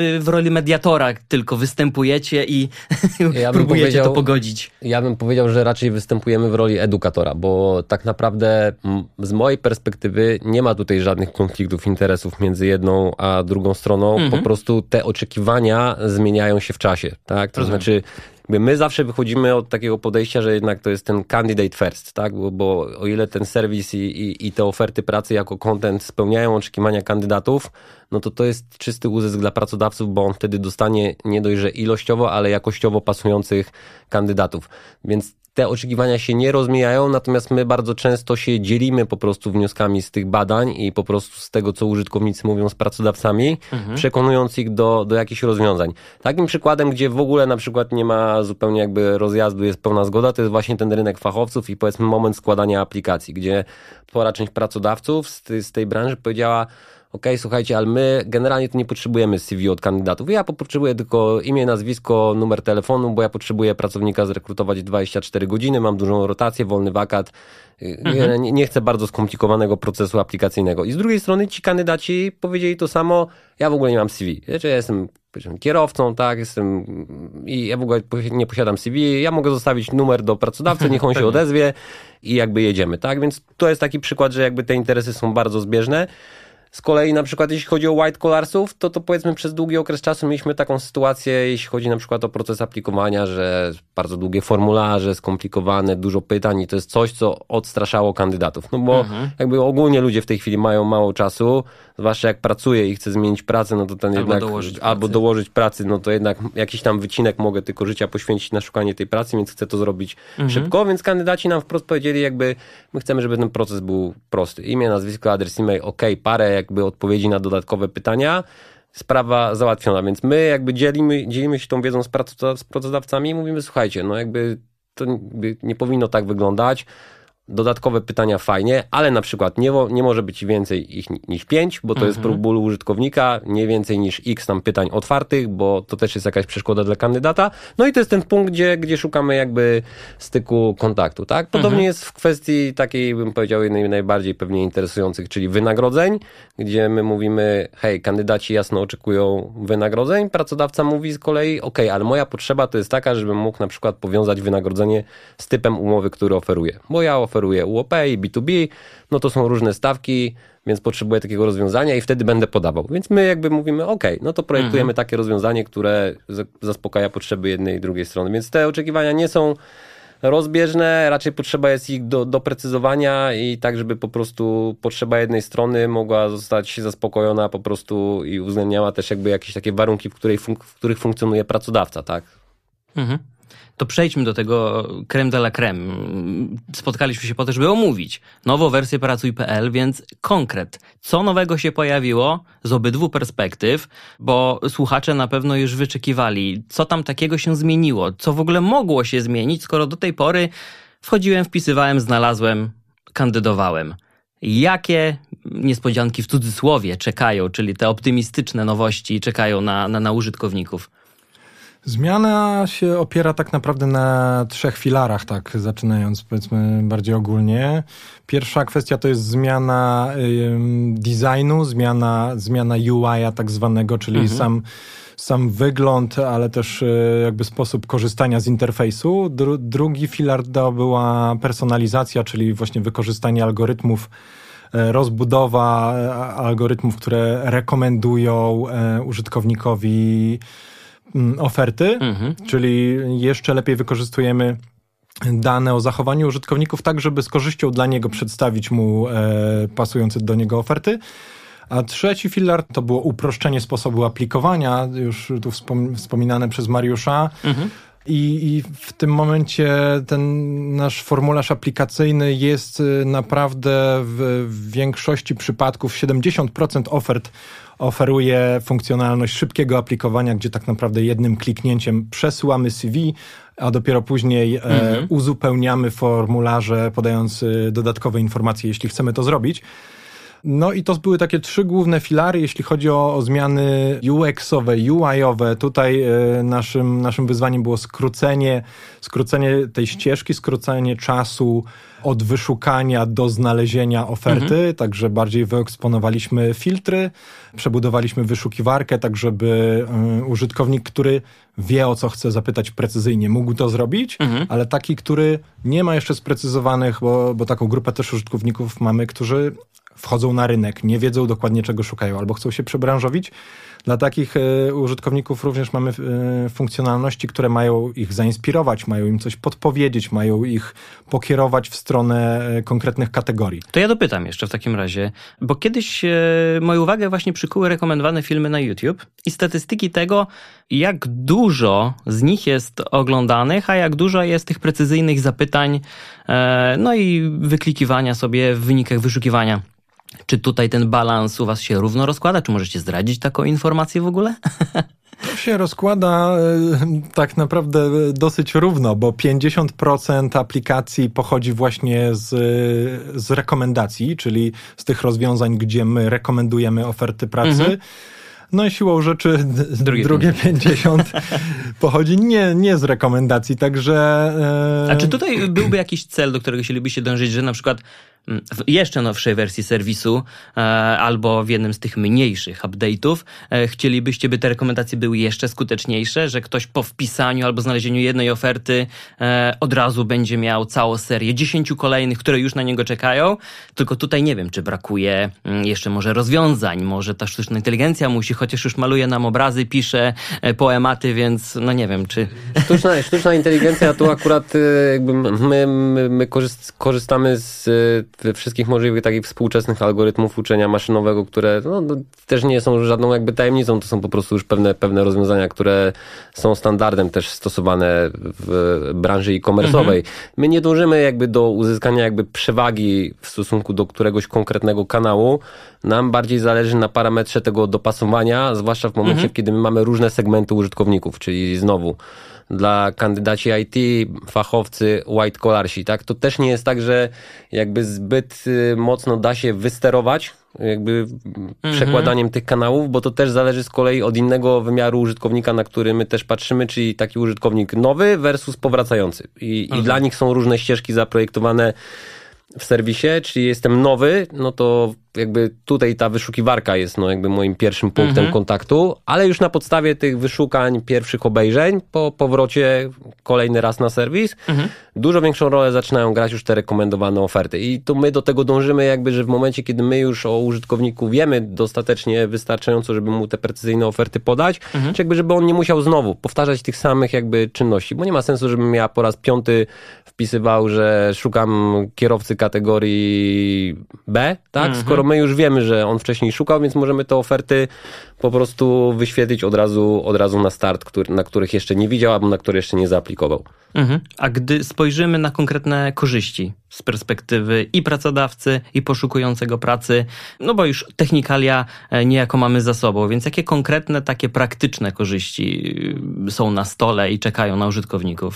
wy w roli mediatora tylko występujecie i ja próbujecie to pogodzić. Ja bym powiedział, że raczej występujemy w roli edukatora, bo tak naprawdę z mojej perspektywy nie ma tutaj żadnych konfliktów interesów między jedną a drugą stroną. Mhm. Po prostu te oczekiwania zmieniają się w czasie, tak? To Rozumiem. Znaczy my zawsze wychodzimy od takiego podejścia, że jednak to jest ten candidate first, tak? Bo, bo o ile ten serwis i, i, i te oferty pracy jako content spełniają oczekiwania kandydatów, no to to jest czysty uzysk dla pracodawców, bo on wtedy dostanie nie dość, że ilościowo, ale jakościowo pasujących kandydatów. Więc te oczekiwania się nie rozmijają, natomiast my bardzo często się dzielimy po prostu wnioskami z tych badań i po prostu z tego, co użytkownicy mówią z pracodawcami, mhm. przekonując ich do, do jakichś rozwiązań. Takim przykładem, gdzie w ogóle na przykład nie ma zupełnie jakby rozjazdu, jest pełna zgoda, to jest właśnie ten rynek fachowców i powiedzmy moment składania aplikacji, gdzie spora część pracodawców z, tej, z tej branży powiedziała: okej, okay, słuchajcie, ale my generalnie tu nie potrzebujemy C V od kandydatów. Ja potrzebuję tylko imię, nazwisko, numer telefonu, bo ja potrzebuję pracownika zrekrutować dwadzieścia cztery godziny, mam dużą rotację, wolny wakat. Mhm. Nie, nie chcę bardzo skomplikowanego procesu aplikacyjnego. I z drugiej strony ci kandydaci powiedzieli to samo: ja w ogóle nie mam C V. Znaczy, ja jestem kierowcą, tak, jestem i ja w ogóle nie posiadam C V, ja mogę zostawić numer do pracodawcy, niech on się odezwie i jakby jedziemy, tak? Więc to jest taki przykład, że jakby te interesy są bardzo zbieżne. Z kolei na przykład jeśli chodzi o white collarsów, to to powiedzmy przez długi okres czasu mieliśmy taką sytuację, jeśli chodzi na przykład o proces aplikowania, że bardzo długie formularze, skomplikowane, dużo pytań i to jest coś, co odstraszało kandydatów. No bo mhm. jakby ogólnie ludzie w tej chwili mają mało czasu, zwłaszcza jak pracuje i chce zmienić pracę, no to ten albo jednak, dołożyć albo pracy. dołożyć pracy, no to jednak jakiś tam wycinek mogę tylko życia poświęcić na szukanie tej pracy, więc chcę to zrobić mhm. szybko, więc kandydaci nam wprost powiedzieli jakby, my chcemy, żeby ten proces był prosty. Imię, nazwisko, adres e-mail, ok, parę jakby odpowiedzi na dodatkowe pytania, sprawa załatwiona, więc my jakby dzielimy, dzielimy się tą wiedzą z, prac- z pracodawcami i mówimy: słuchajcie, no jakby to nie powinno tak wyglądać, dodatkowe pytania fajnie, ale na przykład nie, nie może być więcej ich niż pięć, bo to mhm. jest próg bólu użytkownika, nie więcej niż x tam pytań otwartych, bo to też jest jakaś przeszkoda dla kandydata. No i to jest ten punkt, gdzie, gdzie szukamy jakby styku kontaktu, tak? Podobnie mhm. jest w kwestii takiej, bym powiedział, jednej najbardziej pewnie interesujących, czyli wynagrodzeń, gdzie my mówimy: hej, kandydaci jasno oczekują wynagrodzeń, pracodawca mówi z kolei: okej, okay, ale moja potrzeba to jest taka, żebym mógł na przykład powiązać wynagrodzenie z typem umowy, który oferuję, bo ja oferuję U O P i B dwa B, no to są różne stawki, więc potrzebuję takiego rozwiązania i wtedy będę podawał. Więc my jakby mówimy: okej, okay, no to projektujemy mhm. takie rozwiązanie, które zaspokaja potrzeby jednej i drugiej strony. Więc te oczekiwania nie są rozbieżne, raczej potrzeba jest ich do, doprecyzowania i tak, żeby po prostu potrzeba jednej strony mogła zostać zaspokojona po prostu i uwzględniała też jakby jakieś takie warunki, w, której fun- w których funkcjonuje pracodawca, tak? Mhm. To przejdźmy do tego creme de la creme. Spotkaliśmy się po to, żeby omówić nową wersję pracuj kropka p l, więc konkret. Co nowego się pojawiło z obydwu perspektyw, bo słuchacze na pewno już wyczekiwali, co tam takiego się zmieniło, co w ogóle mogło się zmienić, skoro do tej pory wchodziłem, wpisywałem, znalazłem, kandydowałem. Jakie niespodzianki w cudzysłowie czekają, czyli te optymistyczne nowości czekają na, na, na użytkowników? Zmiana się opiera tak naprawdę na trzech filarach, tak zaczynając powiedzmy bardziej ogólnie. Pierwsza kwestia to jest zmiana y, designu, zmiana, zmiana U I-a tak zwanego, czyli mhm. sam, sam wygląd, ale też y, jakby sposób korzystania z interfejsu. Dru, drugi filar to była personalizacja, czyli właśnie wykorzystanie algorytmów, rozbudowa algorytmów, które rekomendują y, użytkownikowi oferty, mhm. czyli jeszcze lepiej wykorzystujemy dane o zachowaniu użytkowników tak, żeby z korzyścią dla niego przedstawić mu e, pasujące do niego oferty. A trzeci filar to było uproszczenie sposobu aplikowania, już tu wspom- wspominane przez Mariusza. Mhm. I, I w tym momencie ten nasz formularz aplikacyjny jest naprawdę w, w większości przypadków, siedemdziesiąt procent ofert oferuje funkcjonalność szybkiego aplikowania, gdzie tak naprawdę jednym kliknięciem przesyłamy C V, a dopiero później mhm. e, uzupełniamy formularze, podając dodatkowe informacje, jeśli chcemy to zrobić. No i to były takie trzy główne filary, jeśli chodzi o, o zmiany U X-owe, U I-owe. Tutaj e, naszym, naszym wyzwaniem było skrócenie, skrócenie tej ścieżki, skrócenie czasu od wyszukania do znalezienia oferty, mhm. także bardziej wyeksponowaliśmy filtry, przebudowaliśmy wyszukiwarkę, tak żeby y, użytkownik, który wie, o co chce zapytać precyzyjnie, mógł to zrobić, mhm. ale taki, który nie ma jeszcze sprecyzowanych, bo, bo taką grupę też użytkowników mamy, którzy wchodzą na rynek, nie wiedzą dokładnie, czego szukają, albo chcą się przebranżowić. Dla takich y, użytkowników również mamy y, funkcjonalności, które mają ich zainspirować, mają im coś podpowiedzieć, mają ich pokierować w stronę y, konkretnych kategorii. To ja dopytam jeszcze w takim razie, bo kiedyś y, moją uwagę właśnie przykuły rekomendowane filmy na YouTube i statystyki tego, jak dużo z nich jest oglądanych, a jak dużo jest tych precyzyjnych zapytań, y, no i wyklikiwania sobie w wynikach wyszukiwania. Czy tutaj ten balans u was się równo rozkłada? Czy możecie zdradzić taką informację w ogóle? To się rozkłada tak naprawdę dosyć równo, bo pięćdziesiąt procent aplikacji pochodzi właśnie z, z rekomendacji, czyli z tych rozwiązań, gdzie my rekomendujemy oferty pracy. Mhm. No i siłą rzeczy drugie, drugie pięćdziesiąt pochodzi nie, nie z rekomendacji, także... E... A czy tutaj byłby jakiś cel, do którego chcielibyście dążyć, że na przykład w jeszcze nowszej wersji serwisu e, albo w jednym z tych mniejszych update'ów e, chcielibyście, by te rekomendacje były jeszcze skuteczniejsze, że ktoś po wpisaniu albo znalezieniu jednej oferty e, od razu będzie miał całą serię dziesięciu kolejnych, które już na niego czekają, tylko tutaj nie wiem, czy brakuje m, jeszcze może rozwiązań, może ta sztuczna inteligencja musi, chociaż już maluje nam obrazy, pisze e, poematy, więc no nie wiem, czy... Sztuczna, sztuczna inteligencja tu akurat jakby my, my, my korzystamy z we wszystkich możliwych takich współczesnych algorytmów uczenia maszynowego, które no, no, też nie są żadną jakby tajemnicą, to są po prostu już pewne, pewne rozwiązania, które są standardem też stosowane w branży e-commerce'owej. Mhm. My nie dążymy jakby do uzyskania jakby przewagi w stosunku do któregoś konkretnego kanału. Nam bardziej zależy na parametrze tego dopasowania, zwłaszcza w momencie, mhm. kiedy my mamy różne segmenty użytkowników, czyli znowu dla kandydaci I T, fachowcy, white collarsi, tak? To też nie jest tak, że jakby zbyt mocno da się wysterować jakby mm-hmm. przekładaniem tych kanałów, bo to też zależy z kolei od innego wymiaru użytkownika, na który my też patrzymy, czyli taki użytkownik nowy versus powracający. I, okay. i dla nich są różne ścieżki zaprojektowane w serwisie, czyli jestem nowy, no to jakby tutaj ta wyszukiwarka jest no jakby moim pierwszym punktem mhm. kontaktu, ale już na podstawie tych wyszukań, pierwszych obejrzeń, po powrocie kolejny raz na serwis, mhm. dużo większą rolę zaczynają grać już te rekomendowane oferty. I tu my do tego dążymy jakby, że w momencie, kiedy my już o użytkowniku wiemy dostatecznie wystarczająco, żeby mu te precyzyjne oferty podać, mhm. czy jakby, żeby on nie musiał znowu powtarzać tych samych jakby czynności, bo nie ma sensu, żebym ja po raz piąty wpisywał, że szukam kierowcy kategorii B, tak? Mhm. Skoro my już wiemy, że on wcześniej szukał, więc możemy te oferty po prostu wyświetlić od razu, od razu na start, który, na których jeszcze nie widział, albo na które jeszcze nie zaaplikował. Mhm. A gdy spojrzymy na konkretne korzyści z perspektywy i pracodawcy, i poszukującego pracy, no bo już technikalia niejako mamy za sobą, więc jakie konkretne, takie praktyczne korzyści są na stole i czekają na użytkowników?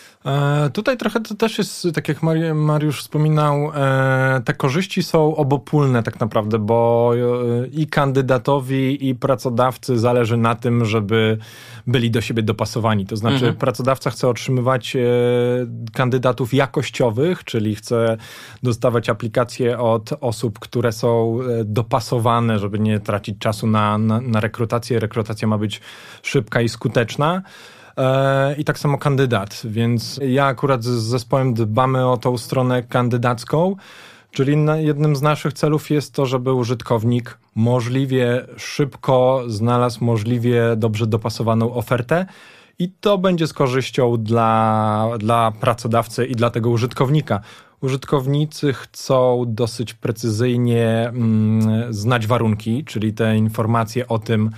E, tutaj trochę to też jest, tak jak Mariusz wspominał, e, te korzyści są obopólne tak naprawdę, bo e, i kandydatowi, i pracodawcy zależy na tym, żeby byli do siebie dopasowani. To znaczy mhm. pracodawca chce otrzymywać e, kandydatów jakościowych, czyli chce dostawać aplikacje od osób, które są dopasowane, żeby nie tracić czasu na, na, na rekrutację. Rekrutacja ma być szybka i skuteczna. I tak samo kandydat, więc ja akurat z zespołem dbamy o tą stronę kandydacką, czyli jednym z naszych celów jest to, żeby użytkownik możliwie szybko znalazł możliwie dobrze dopasowaną ofertę i to będzie z korzyścią dla, dla pracodawcy i dla tego użytkownika. Użytkownicy chcą dosyć precyzyjnie mm, znać warunki, czyli te informacje o tym,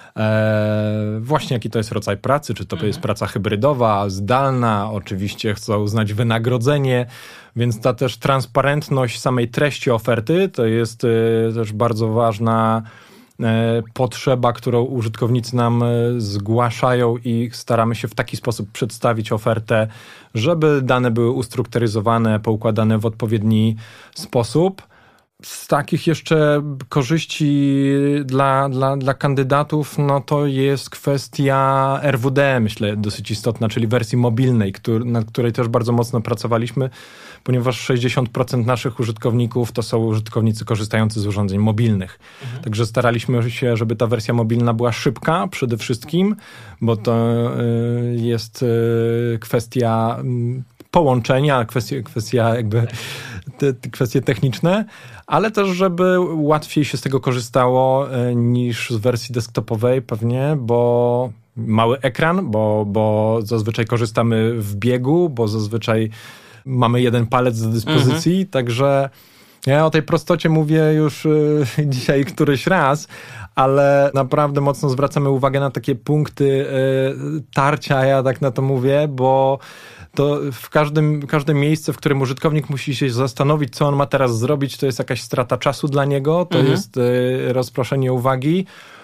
E, właśnie jaki to jest rodzaj pracy, czy to mhm. jest praca hybrydowa, zdalna, oczywiście chcą znać wynagrodzenie, więc ta też transparentność samej treści oferty to jest e, też bardzo ważna e, potrzeba, którą użytkownicy nam e, zgłaszają i staramy się w taki sposób przedstawić ofertę, żeby dane były ustrukturyzowane, poukładane w odpowiedni sposób. Z takich jeszcze korzyści dla, dla, dla kandydatów, no to jest kwestia R W D, myślę, dosyć istotna, czyli wersji mobilnej, który, nad której też bardzo mocno pracowaliśmy, ponieważ sześćdziesiąt procent naszych użytkowników to są użytkownicy korzystający z urządzeń mobilnych. Mhm. Także staraliśmy się, żeby ta wersja mobilna była szybka przede wszystkim, bo to y, jest y, kwestia y, połączenia, kwestia, kwestia jakby te, te kwestie techniczne, ale też, żeby łatwiej się z tego korzystało y, niż z wersji desktopowej pewnie, bo mały ekran, bo, bo zazwyczaj korzystamy w biegu, bo zazwyczaj mamy jeden palec do dyspozycji, mhm. także ja o tej prostocie mówię już y, dzisiaj któryś raz, ale naprawdę mocno zwracamy uwagę na takie punkty y, tarcia, ja tak na to mówię, bo to w każdym, każde miejsce, w którym użytkownik musi się zastanowić, co on ma teraz zrobić, to jest jakaś strata czasu dla niego, to mhm. jest y, rozproszenie uwagi.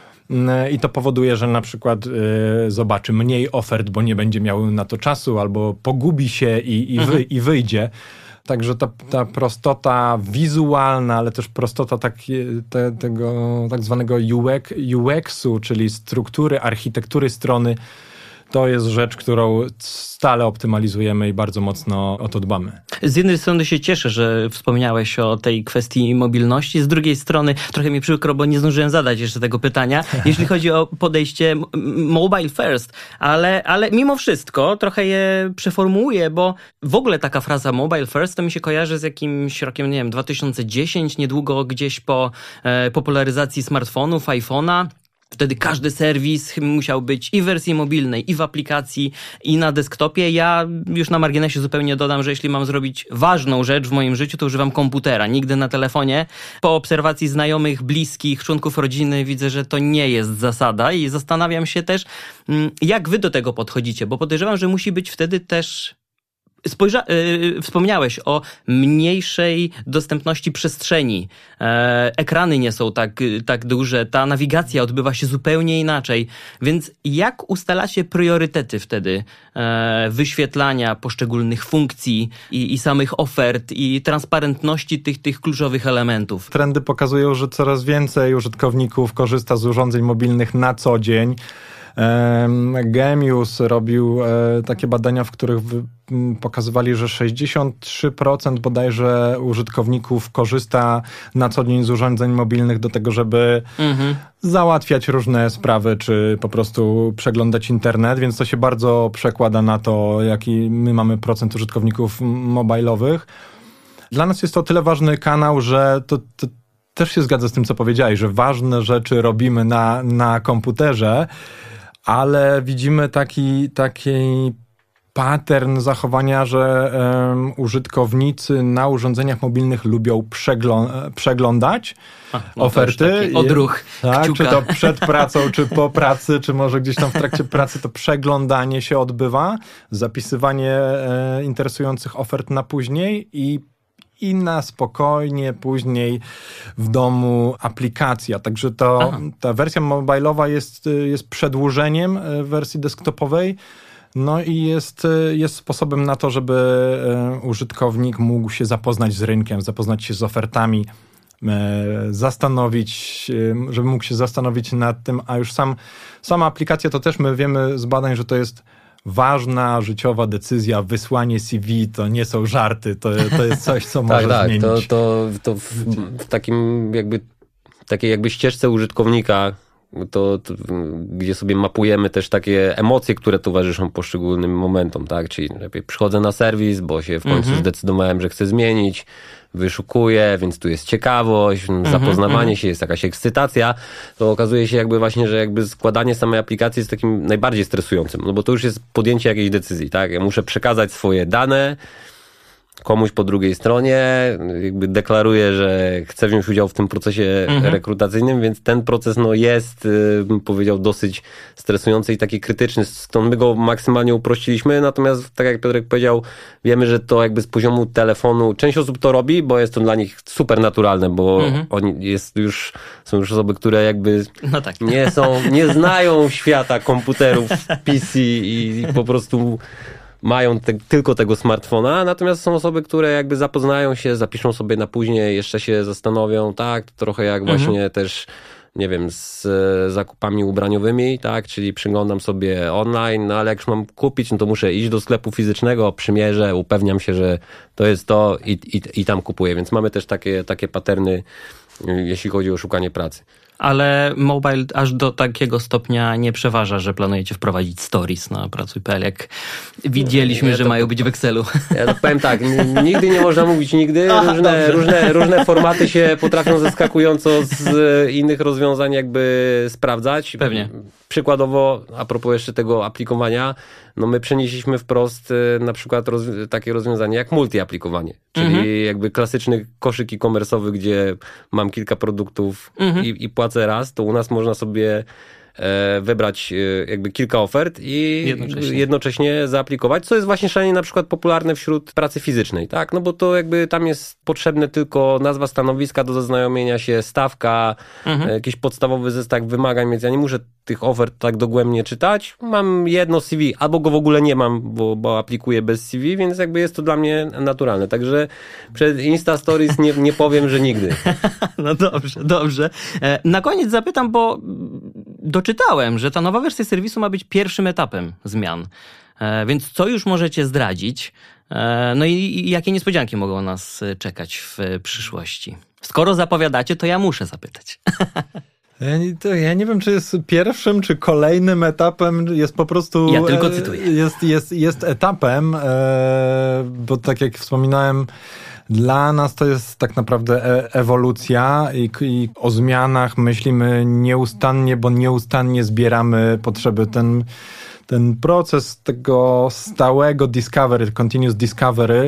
I to powoduje, że na przykład y, zobaczy mniej ofert, bo nie będzie miał na to czasu, albo pogubi się i, i, wy, mhm. i wyjdzie. Także ta, ta prostota wizualna, ale też prostota tak, te, tego tak zwanego U X-u, czyli struktury, architektury strony, to jest rzecz, którą stale optymalizujemy i bardzo mocno o to dbamy. Z jednej strony się cieszę, że wspomniałeś o tej kwestii mobilności, z drugiej strony trochę mi przykro, bo nie zdążyłem zadać jeszcze tego pytania, jeśli chodzi o podejście mobile first, ale, ale mimo wszystko trochę je przeformułuję, bo w ogóle taka fraza mobile first to mi się kojarzy z jakimś rokiem, nie wiem, dwa tysiące dziesiąty, niedługo gdzieś po e, popularyzacji smartfonów, iPhone'a. Wtedy każdy serwis musiał być i w wersji mobilnej, i w aplikacji, i na desktopie. Ja już na marginesie zupełnie dodam, że jeśli mam zrobić ważną rzecz w moim życiu, to używam komputera, nigdy na telefonie. Po obserwacji znajomych, bliskich, członków rodziny widzę, że to nie jest zasada i zastanawiam się też, jak wy do tego podchodzicie, bo podejrzewam, że musi być wtedy też... Spojrza- yy, wspomniałeś o mniejszej dostępności przestrzeni. E, ekrany nie są tak, tak duże, ta nawigacja odbywa się zupełnie inaczej. Więc jak ustalacie priorytety wtedy e, wyświetlania poszczególnych funkcji i, i samych ofert i transparentności tych, tych kluczowych elementów? Trendy pokazują, że coraz więcej użytkowników korzysta z urządzeń mobilnych na co dzień. Gemius robił takie badania, w których pokazywali, że sześćdziesiąt trzy procent bodajże użytkowników korzysta na co dzień z urządzeń mobilnych do tego, żeby mhm. załatwiać różne sprawy, czy po prostu przeglądać internet, więc to się bardzo przekłada na to, jaki my mamy procent użytkowników mobilowych. Dla nas jest to o tyle ważny kanał, że to, to też się zgadza z tym, co powiedziałeś, że ważne rzeczy robimy na, na komputerze, ale widzimy taki, taki pattern zachowania, że um, użytkownicy na urządzeniach mobilnych lubią przeglą- przeglądać A, no oferty. Odruch. Tak, czy to przed pracą, czy po pracy, czy może gdzieś tam w trakcie pracy to przeglądanie się odbywa, zapisywanie e, interesujących ofert na później i i na spokojnie później w domu aplikacja. Także to, ta wersja mobilowa jest, jest przedłużeniem wersji desktopowej, no i jest, jest sposobem na to, żeby użytkownik mógł się zapoznać z rynkiem, zapoznać się z ofertami, zastanowić, żeby mógł się zastanowić nad tym, a już sam, sama aplikacja to też my wiemy z badań, że to jest ważna, życiowa decyzja, wysłanie C V to nie są żarty, to, to jest coś, co może tak, zmienić. Tak, to, to, to w, w takim jakby, takiej jakby ścieżce użytkownika, to, to, gdzie sobie mapujemy też takie emocje, które towarzyszą poszczególnym momentom, tak? Czyli lepiej przychodzę na serwis, bo się w końcu mm-hmm. zdecydowałem, że chcę zmienić, wyszukuję, więc tu jest ciekawość, mm-hmm, zapoznawanie mm-hmm. się, jest jakaś ekscytacja, to okazuje się jakby właśnie, że jakby składanie samej aplikacji jest takim najbardziej stresującym, no bo to już jest podjęcie jakiejś decyzji, tak? Ja muszę przekazać swoje dane komuś po drugiej stronie, jakby deklaruję, że chcę wziąć udział w tym procesie mhm. rekrutacyjnym, więc ten proces no jest, bym powiedział, dosyć stresujący i taki krytyczny, stąd my go maksymalnie uprościliśmy, natomiast tak jak Piotrek powiedział, wiemy, że to jakby z poziomu telefonu, część osób to robi, bo jest to dla nich super naturalne, bo mhm. oni jest już, są już osoby, które jakby no tak. nie są, nie znają świata komputerów, P C i po prostu mają te, tylko tego smartfona, natomiast są osoby, które jakby zapoznają się, zapiszą sobie na później, jeszcze się zastanowią, tak, trochę jak mhm. właśnie też nie wiem, z zakupami ubraniowymi, tak, czyli przyglądam sobie online, no ale jak już mam kupić, no to muszę iść do sklepu fizycznego, przymierzę, upewniam się, że to jest to i, i, i tam kupuję, więc mamy też takie, takie paterny, jeśli chodzi o szukanie pracy. Ale mobile aż do takiego stopnia nie przeważa, że planujecie wprowadzić stories na pracuj kropka p l, jak widzieliśmy, ja że to, mają być w Excelu. Ja to powiem tak, nigdy nie można mówić nigdy, Aha, różne, różne, różne formaty się potrafią zaskakująco z innych rozwiązań jakby sprawdzać. Pewnie. Przykładowo, a propos jeszcze tego aplikowania, no my przenieśliśmy wprost na przykład roz, takie rozwiązanie jak multi-aplikowanie, czyli mhm. jakby klasyczny koszyk e-commerce'owy, gdzie mam kilka produktów mhm. i, i płacę raz, to u nas można sobie e, wybrać e, jakby kilka ofert i jednocześnie. jednocześnie zaaplikować, co jest właśnie szalenie na przykład popularne wśród pracy fizycznej, tak? No bo to jakby tam jest potrzebne tylko nazwa stanowiska do zaznajomienia się, stawka, mhm. e, jakiś podstawowy zestaw wymagań, więc ja nie muszę tych ofert tak dogłębnie czytać. Mam jedno C V, albo go w ogóle nie mam, bo, bo aplikuję bez C V, więc jakby jest to dla mnie naturalne. Także przed Insta Stories nie, nie powiem, że nigdy. No dobrze, dobrze. Na koniec zapytam, bo doczytałem, że ta nowa wersja serwisu ma być pierwszym etapem zmian. Więc co już możecie zdradzić? No i jakie niespodzianki mogą nas czekać w przyszłości? Skoro zapowiadacie, to ja muszę zapytać. Ja nie, to ja nie wiem, czy jest pierwszym, czy kolejnym etapem, jest po prostu... Ja tylko cytuję. Jest, jest, jest etapem, bo tak jak wspominałem, dla nas to jest tak naprawdę ewolucja i, i o zmianach myślimy nieustannie, bo nieustannie zbieramy potrzeby. Ten, ten proces tego stałego discovery, continuous discovery,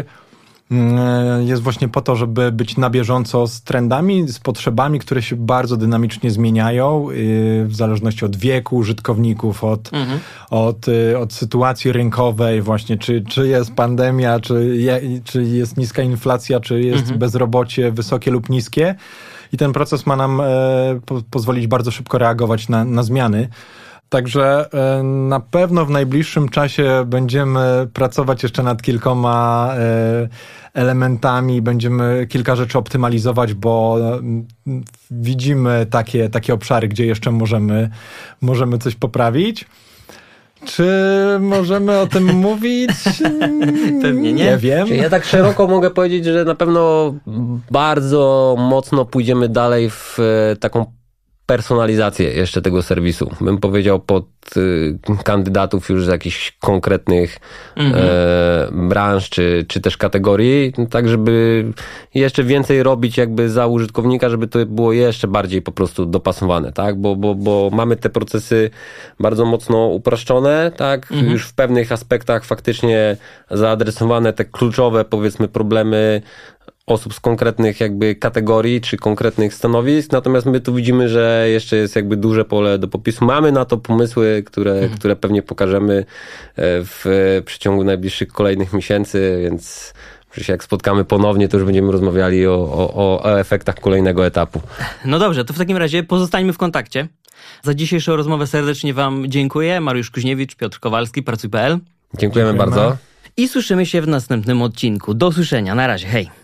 jest właśnie po to, żeby być na bieżąco z trendami, z potrzebami, które się bardzo dynamicznie zmieniają w zależności od wieku użytkowników, od, mhm. od, od sytuacji rynkowej właśnie, czy, czy jest pandemia, czy, je, czy jest niska inflacja, czy jest mhm. bezrobocie wysokie lub niskie. I ten proces ma nam e, po, pozwolić bardzo szybko reagować na, na zmiany. Także na pewno w najbliższym czasie będziemy pracować jeszcze nad kilkoma elementami, będziemy kilka rzeczy optymalizować, bo widzimy takie, takie obszary, gdzie jeszcze możemy, możemy coś poprawić. Czy możemy o tym mówić? Pewnie nie. Nie wiem. Ja tak szeroko mogę powiedzieć, że na pewno bardzo mocno pójdziemy dalej w taką personalizację jeszcze tego serwisu. Bym powiedział pod y, kandydatów już z jakichś konkretnych mm-hmm. e, branż, czy, czy też kategorii, tak żeby jeszcze więcej robić jakby za użytkownika, żeby to było jeszcze bardziej po prostu dopasowane, tak? Bo, bo, bo mamy te procesy bardzo mocno uproszczone, tak? Mm-hmm. Już w pewnych aspektach faktycznie zaadresowane te kluczowe, powiedzmy, problemy osób z konkretnych jakby kategorii czy konkretnych stanowisk, natomiast my tu widzimy, że jeszcze jest jakby duże pole do popisu. Mamy na to pomysły, które, mhm. które pewnie pokażemy w przeciągu najbliższych kolejnych miesięcy, więc jak spotkamy ponownie, to już będziemy rozmawiali o, o, o efektach kolejnego etapu. No dobrze, to w takim razie pozostańmy w kontakcie. Za dzisiejszą rozmowę serdecznie Wam dziękuję. Mariusz Kuźniewicz, Piotr Kowalski, pracuj kropka p l. Dziękujemy, Dziękujemy bardzo. I słyszymy się w następnym odcinku. Do usłyszenia. Na razie. Hej.